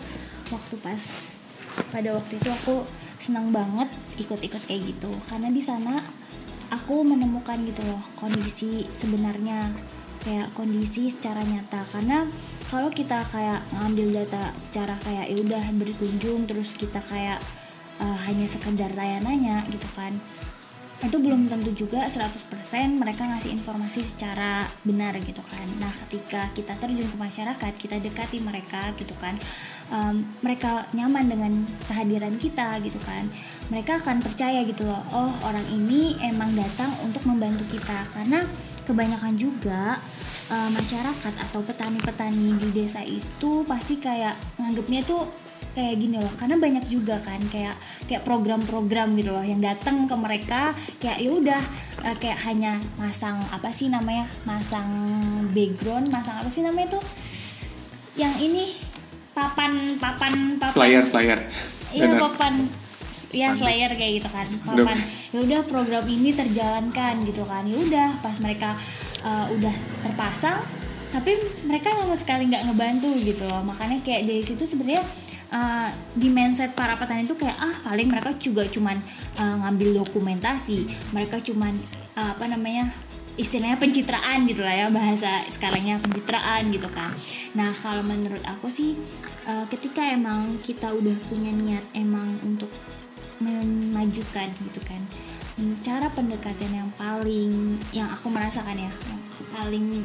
pada waktu itu aku senang banget ikut-ikut kayak gitu, karena di sana aku menemukan gitu loh kondisi sebenarnya, kayak kondisi secara nyata. Karena kalau kita kayak ngambil data secara kayak ya udah berkunjung terus kita kayak hanya sekedar nanya gitu kan, itu belum tentu juga 100% mereka ngasih informasi secara benar gitu kan. Nah ketika kita terjun ke masyarakat, kita dekati mereka gitu kan, mereka nyaman dengan kehadiran kita gitu kan, mereka akan percaya gitu loh, oh orang ini emang datang untuk membantu kita. Karena kebanyakan juga masyarakat atau petani-petani di desa itu pasti kayak nganggepnya tuh kayak gini loh, karena banyak juga kan kayak program-program gitu loh yang datang ke mereka, kayak ya udah kayak hanya masang masang background, masang yang ini papan flyer iya papan ya flyer kayak gitu kan, papan ya udah program ini terjalankan gitu kan. Ya udah pas mereka udah terpasang tapi mereka sama sekali nggak ngebantu gitu loh. Makanya kayak dari situ sebenarnya di mindset para petani itu kayak paling mereka juga cuman ngambil dokumentasi, mereka cuman istilahnya pencitraan gitu lah ya, bahasa sekarangnya pencitraan gitu kan. Nah kalau menurut aku sih ketika emang kita udah punya niat emang untuk memajukan gitu kan, cara pendekatan yang aku merasakan ya yang paling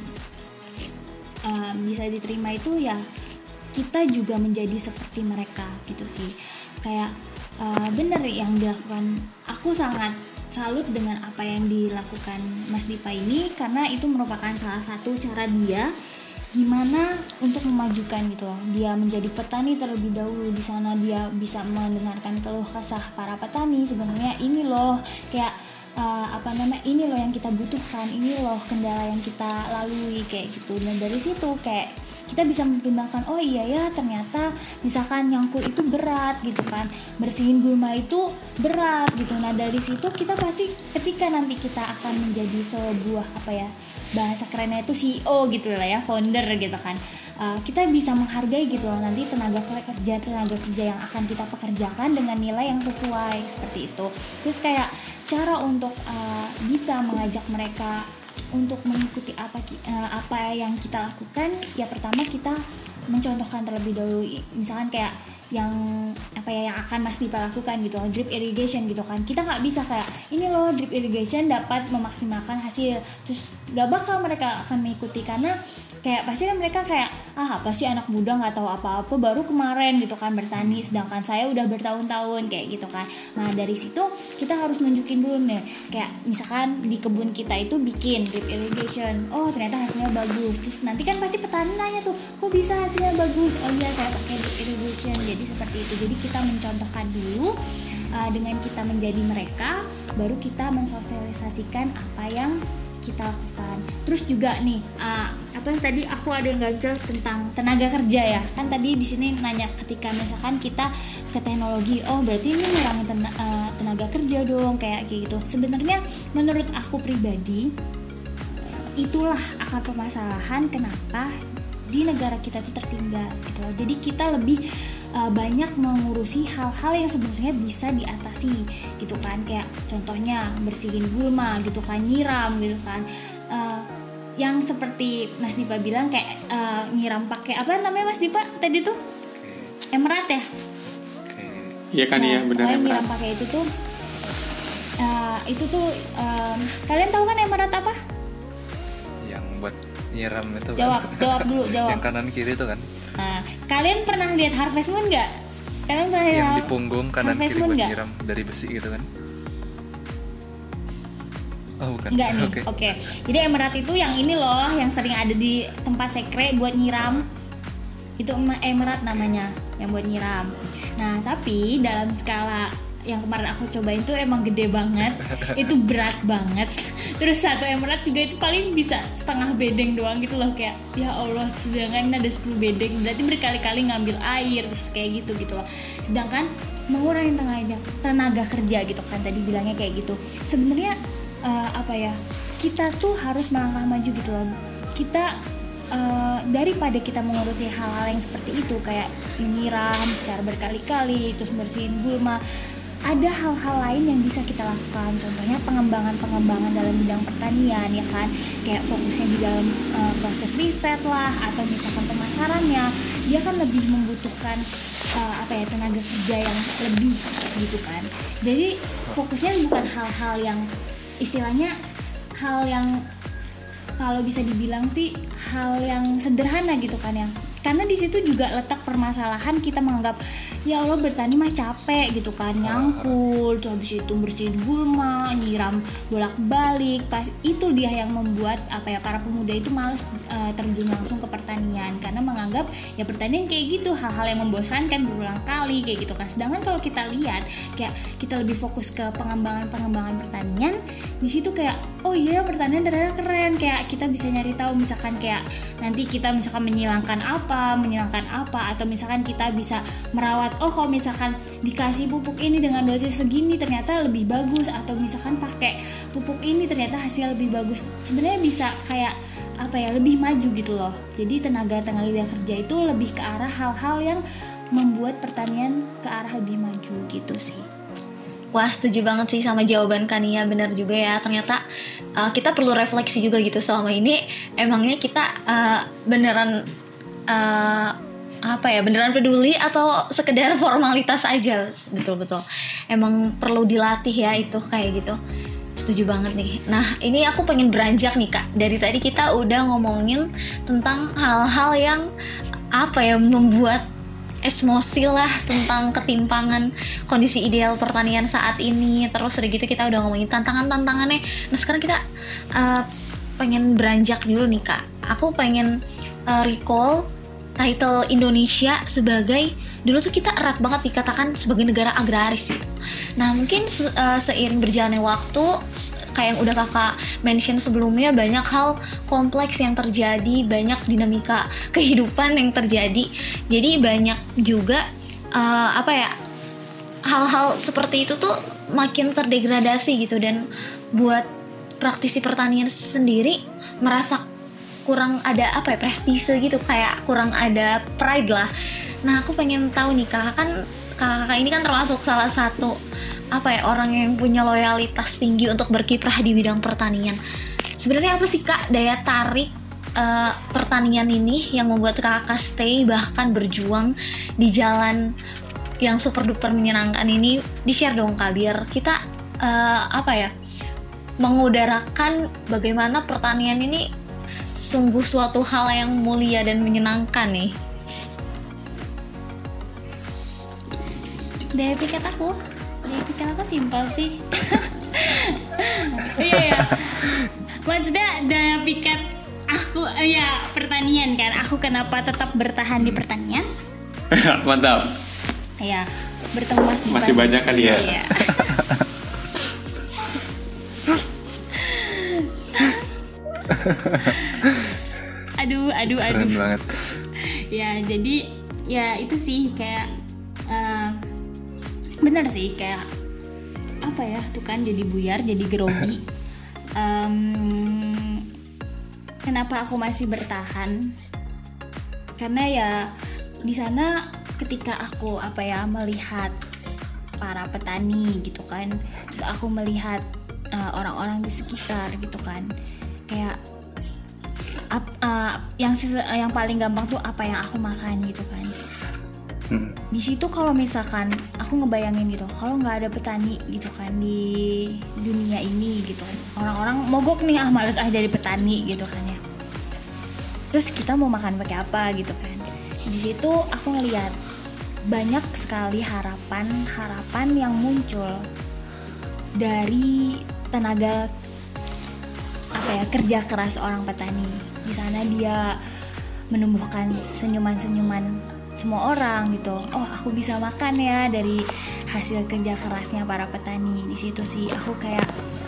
bisa diterima itu ya kita juga menjadi seperti mereka gitu sih. Kayak bener yang dilakukan, aku sangat salut dengan apa yang dilakukan Mas Dipa ini, karena itu merupakan salah satu cara dia gimana untuk memajukan gitu loh. Dia menjadi petani terlebih dahulu, di sana dia bisa mendengarkan keluh kesah para petani. Sebenarnya ini loh kayak ini loh yang kita butuhkan, ini loh kendala yang kita lalui kayak gitu. Dan dari situ kayak kita bisa mempertimbangkan, oh iya ya ternyata misalkan nyangkul itu berat gitu kan, bersihin gulma itu berat gitu. Nah dari situ kita pasti ketika nanti kita akan menjadi sebuah bahasa kerennya itu CEO gitu lah ya, founder gitu kan, kita bisa menghargai gitu loh nanti tenaga kerja yang akan kita pekerjakan dengan nilai yang sesuai seperti itu. Terus kayak cara untuk bisa mengajak mereka untuk mengikuti apa yang kita lakukan, ya pertama kita mencontohkan terlebih dahulu, misalkan kayak yang akan Mas Dipa lakukan gitu, drip irrigation gitu kan. Kita nggak bisa kayak ini loh drip irrigation dapat memaksimalkan hasil, terus nggak bakal mereka akan mengikuti karena kayak pasti kan mereka kayak apa sih anak muda nggak tahu apa-apa, baru kemarin gitu kan bertani, sedangkan saya udah bertahun-tahun kayak gitu kan. Nah dari situ kita harus nunjukin dulu nih, kayak misalkan di kebun kita itu bikin drip irrigation, oh ternyata hasilnya bagus, terus nanti kan pasti petani nanya tuh, kok bisa hasilnya bagus, oh iya saya pakai drip irrigation. Jadi seperti itu, jadi kita mencontohkan dulu, dengan kita menjadi mereka, baru kita mensosialisasikan apa yang kita lakukan. Terus juga nih, tadi aku ada yang ganjel tentang tenaga kerja ya. Kan tadi di sini nanya ketika misalkan kita ke teknologi, oh berarti ini ngurangin tenaga kerja dong kayak gitu. Sebenarnya menurut aku pribadi itulah akar permasalahan kenapa di negara kita itu tertinggal gitu loh. Jadi kita lebih banyak mengurusi hal-hal yang sebenarnya bisa diatasi gitu kan, kayak contohnya bersihin gulma gitu kan, nyiram gitu kan, yang seperti Mas Dipa bilang kayak nyiram pakai apa namanya Mas Dipa tadi tuh, emerat ya? Iya kan, ya benar, emerat. Nyiram pakai itu tuh kalian tahu kan emerat apa? Yang buat nyiram itu jawab dulu. Yang kanan kiri itu kan. Nah, kalian pernah lihat Harvest Moon nggak? Kalian pernah yang lihat di punggung kanan Harvest kiri Moon buat nggak? nyiram dari besi gitu kan? Oh bukan. Enggak nih. Oke. Jadi emerat itu yang ini loh, yang sering ada di tempat sekre buat nyiram. Itu emerat namanya, yang buat nyiram. Nah, tapi dalam skala yang kemarin aku cobain tuh emang gede banget, itu berat banget. Terus satu emerat juga itu paling bisa setengah bedeng doang gitu loh, kayak ya Allah, sedangkan ini ada 10 bedeng, berarti berkali-kali ngambil air terus kayak gitu loh. Sedangkan mengurangi tenaga kerja gitu kan, tadi bilangnya kayak gitu. Sebenarnya kita tuh harus melangkah maju gitu loh. Kita daripada kita mengurusi hal-hal yang seperti itu kayak nyiram secara berkali-kali terus bersihin gulma, ada hal-hal lain yang bisa kita lakukan, contohnya pengembangan dalam bidang pertanian ya kan, kayak fokusnya di dalam proses riset lah, atau misalkan pemasarannya, dia kan lebih membutuhkan tenaga kerja yang lebih gitu kan. Jadi fokusnya bukan hal-hal yang istilahnya hal yang kalau bisa dibilang sih hal yang sederhana gitu kan ya. Karena di situ juga letak permasalahan, kita menganggap ya Allah bertani mah capek gitu kan, nyangkul, terus habis itu bersihin gulma, nyiram bolak-balik. Pas itu dia yang membuat para pemuda itu malas terjun langsung ke pertanian, karena menganggap ya pertanian kayak gitu, hal-hal yang membosankan berulang kali kayak gitu kan. Sedangkan kalau kita lihat kayak kita lebih fokus ke pengembangan pertanian, di situ kayak oh iya pertanian ternyata keren, kayak kita bisa nyari tahu misalkan kayak nanti kita misalkan menyilangkan apa, atau misalkan kita bisa merawat, oh kalau misalkan dikasih pupuk ini dengan dosis segini ternyata lebih bagus, atau misalkan pakai pupuk ini ternyata hasil lebih bagus. Sebenarnya bisa kayak lebih maju gitu loh. Jadi tenaga kerja itu lebih ke arah hal-hal yang membuat pertanian ke arah lebih maju gitu sih. Wah, setuju banget sih sama jawaban Kania, benar juga ya. Ternyata kita perlu refleksi juga gitu, selama ini emangnya kita beneran peduli atau sekedar formalitas aja. Betul emang perlu dilatih ya itu kayak gitu. Setuju banget nih. Nah ini aku pengen beranjak nih Kak, dari tadi kita udah ngomongin tentang hal-hal yang membuat emosi lah, tentang ketimpangan kondisi ideal pertanian saat ini. Terus udah gitu kita udah ngomongin tantangannya. Nah sekarang kita pengen beranjak dulu nih Kak. Aku pengen recall title Indonesia sebagai dulu tuh kita erat banget dikatakan sebagai negara agraris gitu. Nah mungkin seiring berjalannya waktu, kayak yang udah kakak mention sebelumnya, banyak hal kompleks yang terjadi, banyak dinamika kehidupan yang terjadi. Jadi banyak juga hal-hal seperti itu tuh makin terdegradasi gitu, dan buat praktisi pertanian sendiri merasa kurang ada prestise gitu, kayak kurang ada pride lah. Nah aku pengen tahu nih, kakak ini kan termasuk salah satu orang yang punya loyalitas tinggi untuk berkiprah di bidang pertanian. Sebenarnya apa sih kak daya tarik pertanian ini yang membuat kakak stay, bahkan berjuang di jalan yang super duper menyenangkan ini? Di-share dong kak, biar kita mengudarakan bagaimana pertanian ini sungguh suatu hal yang mulia dan menyenangkan nih. Daya pikat aku simpel sih. Iya. Maksudnya daya pikat aku pertanian kan. Aku kenapa tetap bertahan di pertanian? Mantap. Iya, bertemu Mas Dipa. Masih banyak kali ya. Iya. Aduh. Keren banget. Ya, jadi ya itu sih kayak bener sih, kayak tuh kan jadi buyar, jadi grogi. Kenapa aku masih bertahan? Karena ya di sana ketika aku melihat para petani gitu kan, terus aku melihat orang-orang di sekitar gitu kan, kayak yang paling gampang tuh apa yang aku makan gitu kan. Di situ kalau misalkan aku ngebayangin gitu, kalau nggak ada petani gitu kan di dunia ini gitu kan, orang-orang mogok nih, males jadi petani gitu kan ya. Terus kita mau makan pakai apa gitu kan. Di situ aku ngeliat banyak sekali harapan yang muncul dari tenaga kerja keras orang petani. Di sana dia menumbuhkan senyuman-senyuman semua orang gitu. Oh, aku bisa makan ya dari hasil kerja kerasnya para petani. Di situ sih aku kayak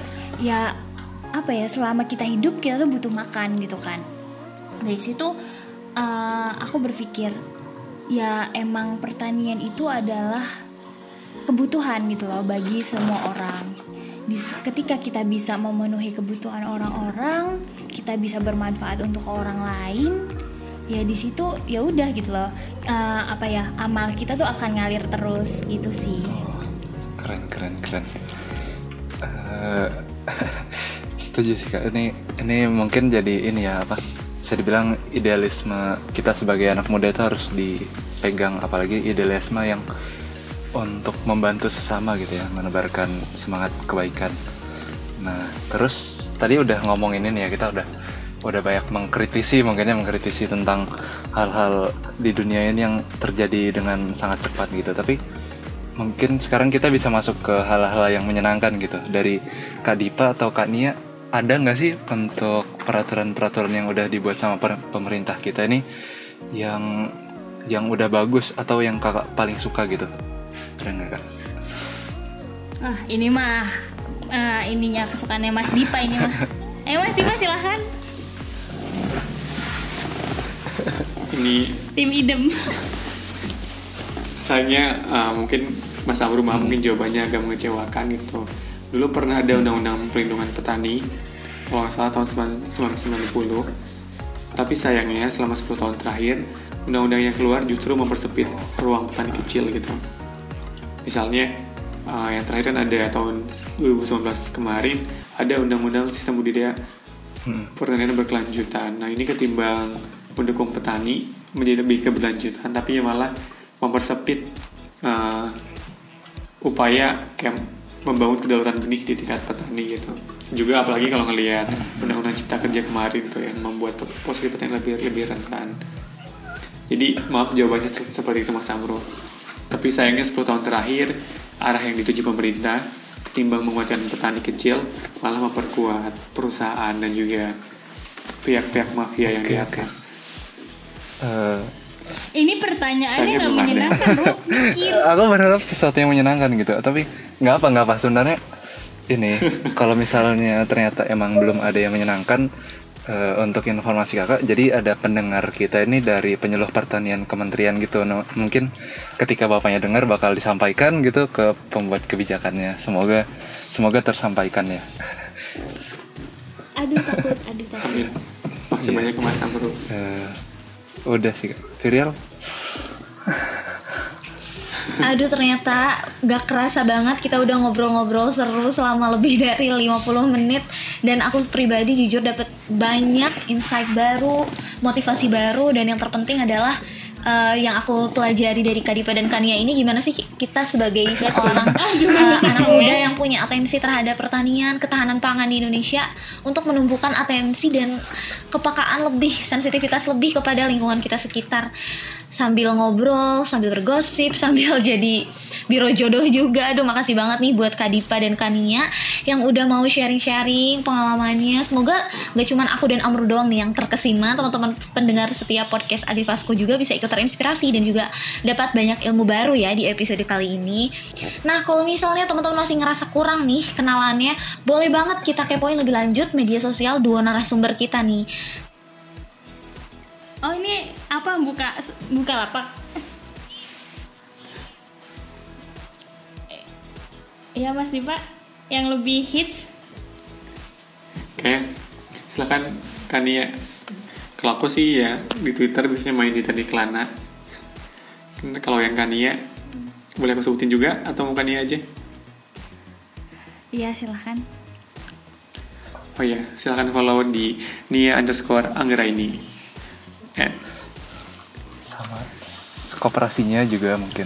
selama kita hidup kita tuh butuh makan gitu kan. Dari situ aku berpikir ya emang pertanian itu adalah kebutuhan gitu loh bagi semua orang. Ketika kita bisa memenuhi kebutuhan orang-orang, kita bisa bermanfaat untuk orang lain, ya di situ ya udah gitu loh. Amal kita tuh akan ngalir terus gitu sih. Keren. Setuju sih kak. Ini mungkin jadi bisa dibilang idealisme kita sebagai anak muda itu harus dipegang, apalagi idealisme yang untuk membantu sesama gitu ya, menebarkan semangat kebaikan. Nah terus tadi udah ngomongin ini ya, kita udah banyak mengkritisi tentang hal-hal di dunia ini yang terjadi dengan sangat cepat gitu. Tapi mungkin sekarang kita bisa masuk ke hal-hal yang menyenangkan gitu. Dari Kak Dipa atau Kak Nia, ada nggak sih untuk peraturan-peraturan yang udah dibuat sama pemerintah kita ini yang udah bagus atau yang kakak paling suka gitu? Ada nggak kak? Ini mah ininya kesukaannya Mas Dipa ini mah. Mas Dipa silahkan. Ini tim idem. Sayangnya mungkin Mas Amru mungkin jawabannya agak mengecewakan gitu. Dulu pernah ada undang-undang perlindungan petani, kalau nggak salah tahun 1990. Tapi sayangnya selama 10 tahun terakhir, undang-undang yang keluar justru mempersempit ruang petani kecil gitu. Misalnya yang terakhir kan ada tahun 2019 kemarin, ada undang-undang sistem budidaya pertanian berkelanjutan. Nah ini ketimbang mendukung petani menjadi lebih keberlanjutan, tapi malah mempersempit upaya membangun kedaulatan benih di tingkat petani gitu. Juga apalagi kalau ngelihat undang-undang cipta kerja kemarin tuh yang membuat posisi petani lebih rentan. Jadi maaf jawabannya seperti itu Mas Amro. Tapi sayangnya 10 tahun terakhir arah yang dituju pemerintah ketimbang menguatkan petani kecil malah memperkuat perusahaan dan juga pihak-pihak mafia yang di atas. Ini pertanyaannya Saya nggak belum ada. menyenangkan, Bro. Mikir. Aku berharap sesuatu yang menyenangkan gitu, tapi nggak apa sebenarnya. Ini kalau misalnya ternyata emang belum ada yang menyenangkan, untuk informasi kakak, jadi ada pendengar kita ini dari penyuluh pertanian kementerian gitu. Mungkin ketika bapaknya dengar bakal disampaikan gitu ke pembuat kebijakannya. Semoga tersampaikan ya. Aduh takut. Amin. Masih Iya. banyak kemasan bro. Udah sih Kak. Virial. Aduh ternyata gak kerasa banget kita udah ngobrol-ngobrol seru selama lebih dari 50 menit. Dan aku pribadi jujur dapet banyak insight baru, motivasi baru. Dan yang terpenting adalah yang aku pelajari dari Kadipa dan Kania ini, gimana sih kita sebagai seorang anak muda yang punya atensi terhadap pertanian, ketahanan pangan di Indonesia, untuk menumbuhkan atensi dan kepekaan lebih, sensitivitas lebih kepada lingkungan kita sekitar, sambil ngobrol, sambil bergosip, sambil jadi biro jodoh juga. Aduh makasih banget nih buat Kadipa dan Kania yang udah mau sharing-sharing pengalamannya. Semoga gak cuman aku dan Amru doang nih yang terkesima, teman-teman pendengar setiap podcast Agrifasco juga bisa ikut terinspirasi dan juga dapat banyak ilmu baru ya di episode kali ini. Nah kalau misalnya teman-teman masih ngerasa kurang nih kenalannya, boleh banget kita kepoin lebih lanjut media sosial dua narasumber kita nih. Oh ini apa, buka lapak? Ya Mas Dipa, yang lebih hits. Oke, silakan Kania. Kalau aku sih ya di Twitter biasanya main di Tani Kelana. Kalau yang Kania boleh aku sebutin juga atau mau Kania aja? Iya silahkan. Oh ya, silakan follow di Nia_Anggraini. Sama koperasinya juga mungkin.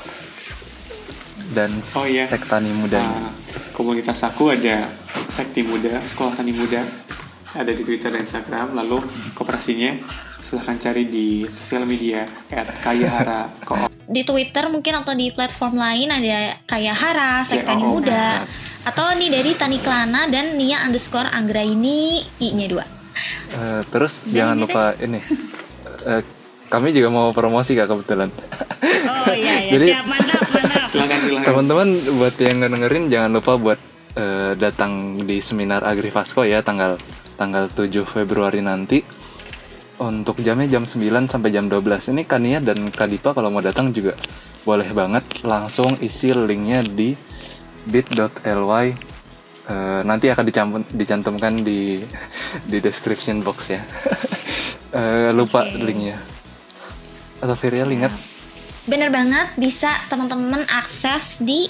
Dan Oh iya. Sektani Mudanya. Komunitas aku ada Sekti Muda, Sekolah Tani Muda, ada di Twitter dan Instagram. Lalu koperasinya silahkan cari di sosial media @kayahara Koop. Di Twitter mungkin atau di platform lain ada Kayahara, Sektani COO. Muda, atau nih dari Tani Kelana dan Nia_Anggraini I-nya 2. Terus jangan lupa ini. Kami juga mau promosi Kak kebetulan. Oh iya Jadi- siap, mantap. Silakan. Teman-teman buat yang dengerin jangan lupa buat datang di seminar Agrifasco ya tanggal 7 Februari nanti. Untuk jamnya jam 9 sampai jam 12. Ini Kania dan Kadipa kalau mau datang juga boleh banget, langsung isi linknya di bit.ly. Nanti akan dicantumkan di description box ya. Lupa linknya. Atau Virial ingat? Bener banget, bisa teman-teman akses di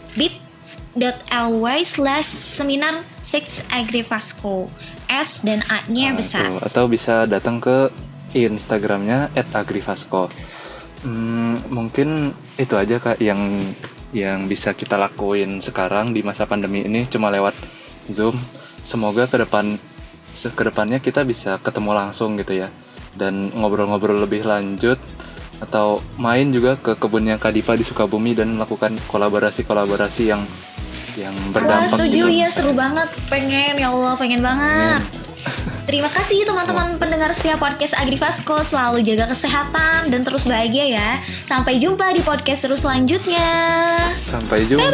bit.ly/seminar 6 Agrifasco. S dan A-nya besar. Tuh. Atau bisa datang ke Instagramnya @agrifasco. Mungkin itu aja Kak yang bisa kita lakuin sekarang di masa pandemi ini, cuma lewat Zoom. Semoga kedepannya kita bisa ketemu langsung gitu ya, dan ngobrol-ngobrol lebih lanjut, atau main juga ke kebunnya Kadipa di Sukabumi dan melakukan kolaborasi yang Wah berdampak setuju gitu. ya, seru banget, pengen ya Allah, pengen banget. Terima kasih teman-teman pendengar setiap podcast Agrifasco, selalu jaga kesehatan dan terus bahagia ya. Sampai jumpa di podcast seru selanjutnya. Sampai jumpa.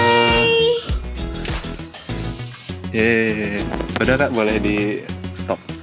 Bye. Yeay. Udah Kak, boleh di stop.